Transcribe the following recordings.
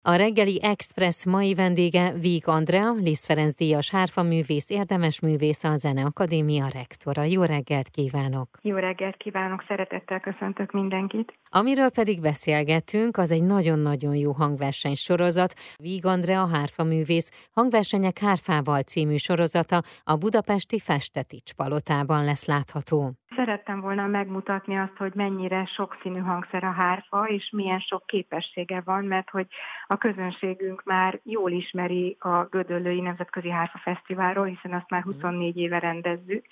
A reggeli Express mai vendége Víg Andrea, Liszt Ferenc díjas hárfaművész, érdemes művész, a Zeneakadémia rektora. Jó reggelt kívánok! Jó reggelt kívánok, szeretettel köszöntök mindenkit! Amiről pedig beszélgetünk, az egy nagyon-nagyon jó hangverseny sorozat. Víg Andrea hárfaművész Hangversenyek hárfával című sorozata a budapesti Festetics palotában lesz látható. Szerettem volna megmutatni azt, hogy mennyire sokszínű hangszer a hárfa, és milyen sok képessége van, mert hogy a közönségünk már jól ismeri a Gödöllői Nemzetközi Hárfa Fesztiválról, hiszen azt már 24 éve rendezzük,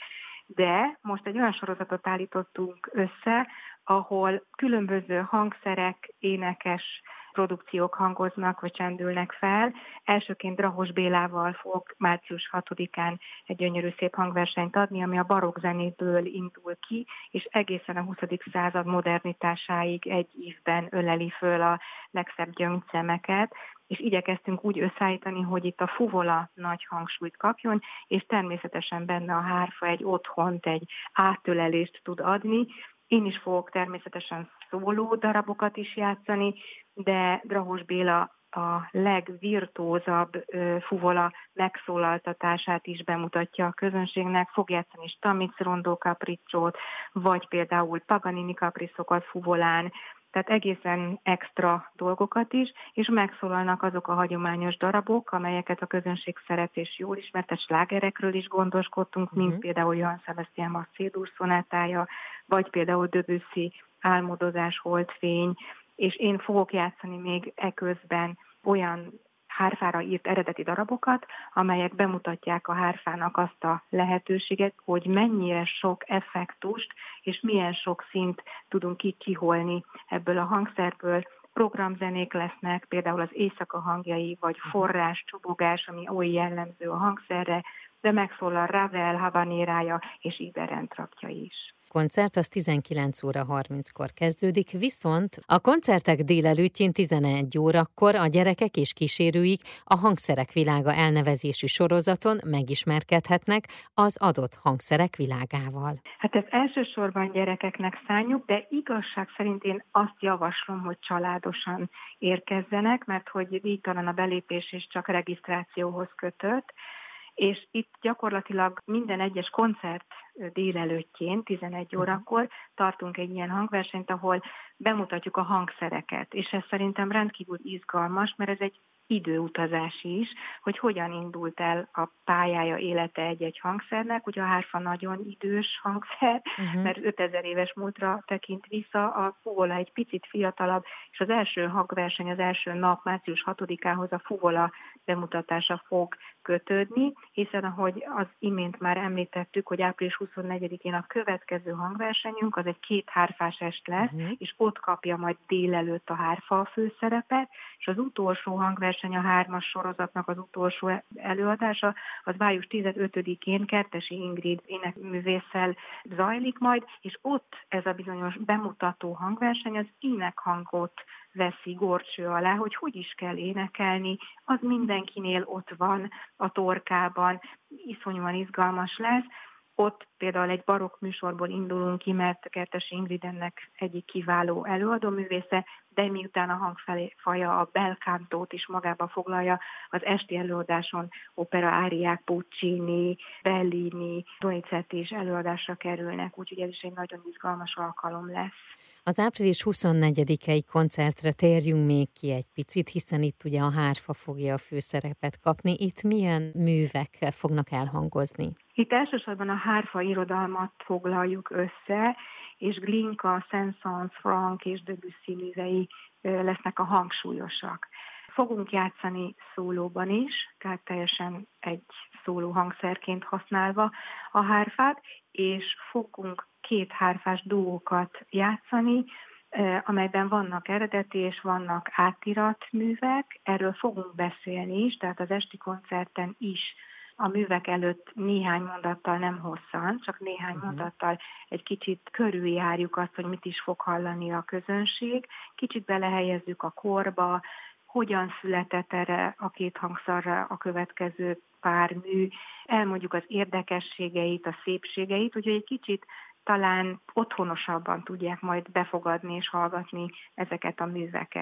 de most egy olyan sorozatot állítottunk össze, ahol különböző hangszerek, énekes produkciók hangoznak, vagy csendülnek fel. Elsőként Drahos Bélával fog március 6-án egy gyönyörű szép hangversenyt adni, ami a barokk zenéből indul ki, és egészen a 20. század modernitásáig egy évben öleli föl a legszebb gyöngyszemeket, és igyekeztünk úgy összeállítani, hogy itt a fuvola nagy hangsúlyt kapjon, és természetesen benne a hárfa egy otthont, egy átölelést tud adni. Én is fogok természetesen szóló darabokat is játszani, de Drahos Béla a legvirtuózabb fuvola megszólaltatását is bemutatja a közönségnek. Fog játszani Stamic Rondó Capricciót, vagy például Paganini kaprisszokat fuvolán, tehát egészen extra dolgokat is, és megszólalnak azok a hagyományos darabok, amelyeket a közönség szeret és jól ismert, tehát slágerekről is gondoskodtunk, mint például Johann Sebastian Bach C-dur szonátája, vagy például Debussy Álmodozás, Holdfény, és én fogok játszani még eközben olyan hárfára írt eredeti darabokat, amelyek bemutatják a hárfának azt a lehetőséget, hogy mennyire sok effektust és milyen sok szint tudunk így kiholni ebből a hangszerből. Programzenék lesznek, például az éjszaka hangjai, vagy forrás, csobogás, ami oly jellemző a hangszerre, de megszólal Ravel, Habanérája és Iberent trakja is. A koncert az 19 óra 30-kor kezdődik, viszont a koncertek délelőttjén 11 órakor a gyerekek és kísérőik a Hangszerek világa elnevezésű sorozaton megismerkedhetnek az adott hangszerek világával. Hát ezt elsősorban gyerekeknek szánjuk, de igazság szerint én azt javaslom, hogy családosan érkezzenek, mert hogy díjtalan a belépés és csak regisztrációhoz kötött, és itt gyakorlatilag minden egyes koncert délelőttjén, 11 órakor tartunk egy ilyen hangversenyt, ahol bemutatjuk a hangszereket, és ez szerintem rendkívül izgalmas, mert ez egy időutazás is, hogy hogyan indult el a pályája, élete egy-egy hangszernek. Ugye a hárfa nagyon idős hangszer, mert 5000 éves múltra tekint vissza, a fuvola egy picit fiatalabb, és az első hangverseny, az első nap, március 6-ához a fuvola bemutatása fog kötődni, hiszen ahogy az imént már említettük, hogy április 24-én a következő hangversenyünk, az egy 2 hárfás est lesz, és ott kapja majd délelőtt a hárfa a főszerepet, és az utolsó hangverseny, a 3-as sorozatnak az utolsó előadása, az május 15-én Kertesi Ingrid énekművésszel zajlik majd, és ott ez a bizonyos bemutató hangverseny az énekhangot veszi górcső alá, hogy is kell énekelni, az mindenkinél ott van a torkában, iszonyúan izgalmas lesz. Ott például egy barokk műsorból indulunk ki, mert Kertesi Ingrid ennek egyik kiváló előadóművésze, de miután a hangfaja a bel cantót is magába foglalja, az esti előadáson opera áriák, Puccini, Bellini, Donizetti is előadásra kerülnek, úgyhogy ez is egy nagyon izgalmas alkalom lesz. Az április 24-i koncertre térjünk még ki egy picit, hiszen itt ugye a hárfa fogja a főszerepet kapni. Itt milyen művek fognak elhangozni? Itt elsősorban a hárfa irodalmat foglaljuk össze, és Glinka, Saint-Saëns, Franck és Debussy művei lesznek a hangsúlyosak. Fogunk játszani szólóban is, tehát teljesen egy szóló hangszerként használva a hárfát, és fogunk 2 hárfás duókat játszani, amelyben vannak eredeti és vannak átirat művek. Erről fogunk beszélni is, tehát az esti koncerten is a művek előtt néhány mondattal, nem hosszan, csak néhány mondattal egy kicsit körüljárjuk azt, hogy mit is fog hallani a közönség, kicsit belehelyezzük a korba, hogyan született erre a 2 hangszarra a következő pár mű, elmondjuk az érdekességeit, a szépségeit, úgyhogy egy kicsit talán otthonosabban tudják majd befogadni és hallgatni ezeket a műveket.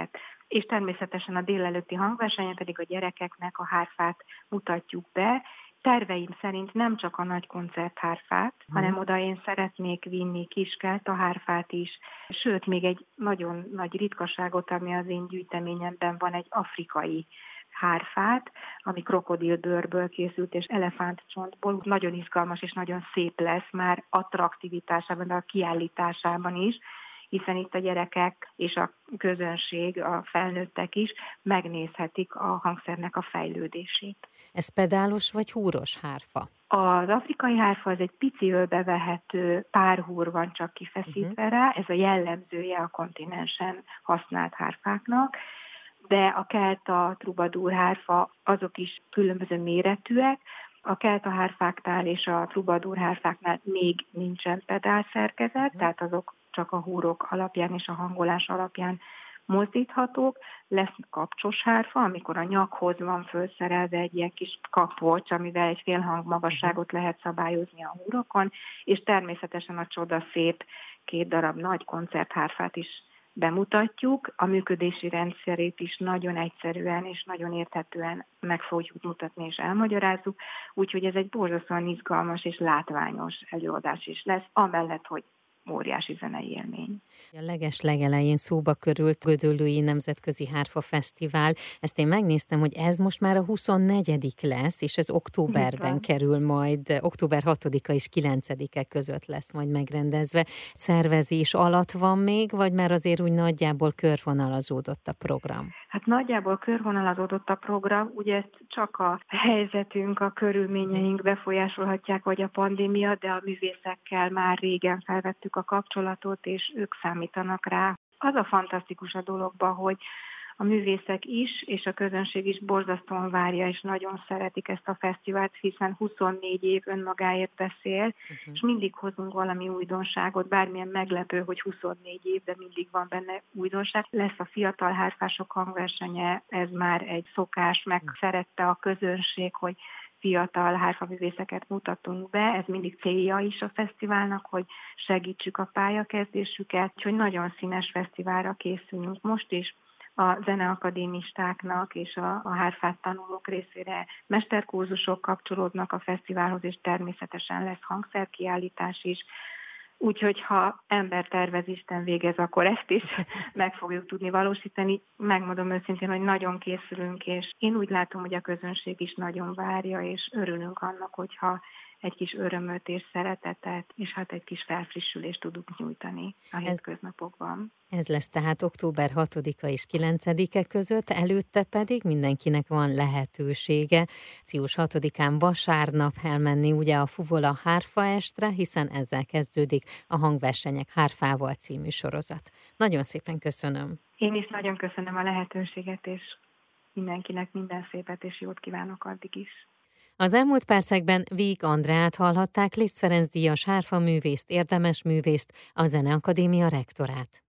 és természetesen a délelőtti hangversenyen pedig a gyerekeknek a hárfát mutatjuk be. Terveim szerint nem csak a nagy koncerthárfát, hanem oda én szeretnék vinni Kiskelt a hárfát is, sőt, még egy nagyon nagy ritkaságot, ami az én gyűjteményemben van, egy afrikai hárfát, ami krokodilbőrből készült, és elefántcsontból. Nagyon izgalmas és nagyon szép lesz már attraktivitásában, de a kiállításában is, hiszen itt a gyerekek és a közönség, a felnőttek is megnézhetik a hangszernek a fejlődését. Ez pedálos vagy húros hárfa? Az afrikai hárfa az egy pici ölbevehető párhúr van csak kifeszítve rá, ez a jellemzője a kontinensen használt hárfáknak, de a kelta, trubadur hárfa, azok is különböző méretűek. A kelta hárfáknál és a trubadur hárfáknál még nincsen pedálszerkezet, tehát azok csak a húrok alapján és a hangolás alapján mozdíthatók. Lesz kapcsos hárfa, amikor a nyakhoz van fölszerelve egy ilyen kis kapocs, amivel egy félhang magasságot lehet szabályozni a húrokon, és természetesen a csodaszép 2 darab nagy koncerthárfát is bemutatjuk, a működési rendszerét is nagyon egyszerűen és nagyon érthetően meg fogjuk mutatni és elmagyarázzuk, úgyhogy ez egy borzasztóan izgalmas és látványos előadás is lesz, amellett, hogy óriási zenei élmény. A legelején szóba került Gödöllői Nemzetközi Hárfa Fesztivál. Ezt én megnéztem, hogy ez most már a 24. lesz, és ez októberben kerül majd, október 6-a és 9-e között lesz majd megrendezve. Szervezés alatt van még, vagy már azért úgy nagyjából körvonalazódott a program? Hát nagyjából körvonalazódott a program, ugye ezt csak a helyzetünk, a körülményeink befolyásolhatják, vagy a pandémia, de a művészekkel már régen felvettük a kapcsolatot, és ők számítanak rá. Az a fantasztikus a dologban, hogy a művészek is, és a közönség is borzasztóan várja, és nagyon szeretik ezt a fesztivált, hiszen 24 év önmagáért beszél, és mindig hozunk valami újdonságot, bármilyen meglepő, hogy 24 év, de mindig van benne újdonság. Lesz a fiatal hárfások hangversenye, ez már egy szokás, meg szerette a közönség, hogy fiatal hárfaművészeket mutatunk be, ez mindig célja is a fesztiválnak, hogy segítsük a pályakezdésüket, úgyhogy nagyon színes fesztiválra készülünk most is. A zeneakadémistáknak és a hárfát tanulók részére mesterkurzusok kapcsolódnak a fesztiválhoz, és természetesen lesz hangszerkiállítás is. Úgyhogy ha ember tervez, Isten végez, akkor ezt is meg fogjuk tudni valósítani. Megmondom őszintén, hogy nagyon készülünk, és én úgy látom, hogy a közönség is nagyon várja, és örülünk annak, hogyha egy kis örömöt és szeretetet, és hát egy kis felfrissülést tudunk nyújtani a hétköznapokban. Ez lesz tehát október 6-a és 9-e között, előtte pedig mindenkinek van lehetősége március 6-án vasárnap elmenni ugye a Fuvola Hárfa estre, hiszen ezzel kezdődik a Hangversenyek hárfával című sorozat. Nagyon szépen köszönöm. Én is nagyon köszönöm a lehetőséget, és mindenkinek minden szépet és jót kívánok addig is. Az elmúlt percekben Víg Andreát hallhatták, Liszt Ferenc díjas hárfaművészt, érdemes művészt, a Zeneakadémia rektorát.